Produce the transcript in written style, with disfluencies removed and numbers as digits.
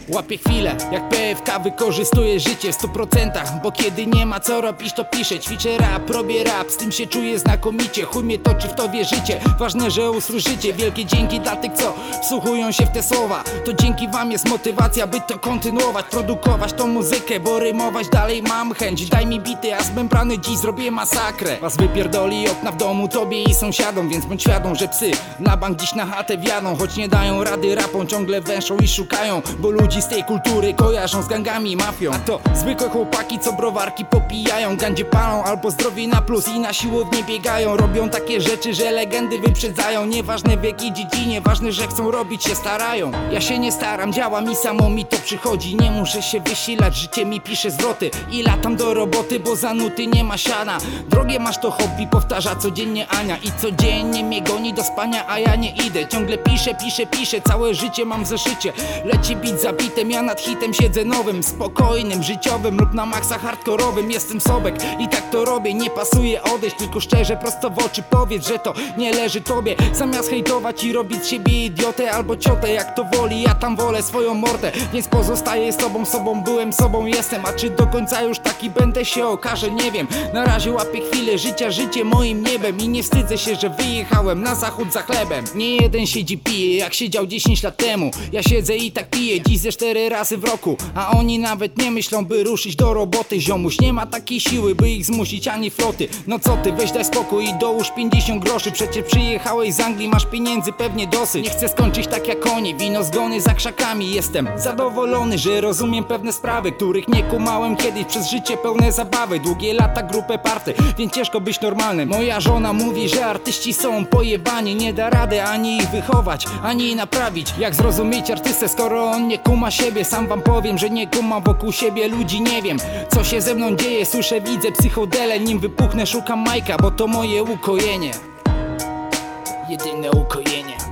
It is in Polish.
Łapię chwilę, jak PFK wykorzystuję życie w 100%. Bo kiedy nie ma co robić, to piszę, ćwiczę rap, robię rap, z tym się czuję znakomicie. Chuj mnie to, czy w to wierzycie, ważne, że usłyszycie. Wielkie dzięki dla tych, co wsłuchują się w te słowa. To dzięki wam jest motywacja, by to kontynuować, produkować tą muzykę, bo rymować dalej mam chęć. Daj mi bity, a z membrany dziś zrobię masakrę. Was wypierdoli okna w domu, tobie i sąsiadom, więc bądź świadom, że psy na bank dziś na chatę wjadą. Choć nie dają rady rapom, ciągle węszą i szukają, bo ludzi z tej kultury kojarzą z gangami i mafią. A to zwykłe chłopaki, co browarki popijają, gandzie palą albo zdrowie na plus i na siłownię biegają. Robią takie rzeczy, że legendy wyprzedzają. Nieważne w jakiej dziedzinie, ważne, że chcą robić, się starają. Ja się nie staram, działam i samo mi to przychodzi. Nie muszę się wysilać, życie mi pisze zwroty i latam do roboty, bo za nuty nie ma siana. Drogie masz to hobby, powtarza codziennie Ania, i codziennie mnie goni do spania, a ja nie idę. Ciągle piszę, całe życie mam w zeszycie. Leci beat za bitem, ja nad hitem siedzę nowym, spokojnym, życiowym lub na maksa hardkorowym. Jestem sobek i tak to robię, nie pasuje odejść, tylko szczerze prosto w oczy powiedz, że to nie leży tobie. Zamiast hejtować i robić z siebie idiotę albo ciotę, jak to woli, ja tam wolę swoją mordę. Więc pozostaję z tobą, sobą byłem, sobą jestem. A czy do końca już taki będę, się okaże, nie wiem. Na razie łapię chwilę życia, życie moim niebem i nie wstydzę się, że wyjechałem na zachód za chlebem. Nie jeden siedzi pije, jak siedział 10 lat temu. Ja siedzę i tak piję, dziś ze 4 razy w roku. A oni nawet nie myślą, by ruszyć do roboty. Ziomuś, nie ma takiej siły, by ich zmusić, ani floty. No co ty, weź daj spokój i dołóż 50 groszy. Przecież przyjechałeś z Anglii, masz pieniędzy pewnie dosyć. Nie chcę skończyć tak jak oni, wino zgony za krzakami. Jestem zadowolony, że rozumiem pewne sprawy, których nie kumałem kiedyś, przez życie pełne zabawy. Długie lata grupę party, więc ciężko być normalnym. Moja żona mówi, że artyści są pojebani. Nie da rady ani ich wychować, ani naprawić. Jak zrozumieć artystę, skoro on nie kuma siebie? Sam wam powiem, że nie kumam wokół siebie ludzi. Nie wiem, co się ze mną dzieje, słyszę, widzę psychodele. Nim wypuchnę, szukam Majka, bo to moje ukojenie, jedyne ukojenie.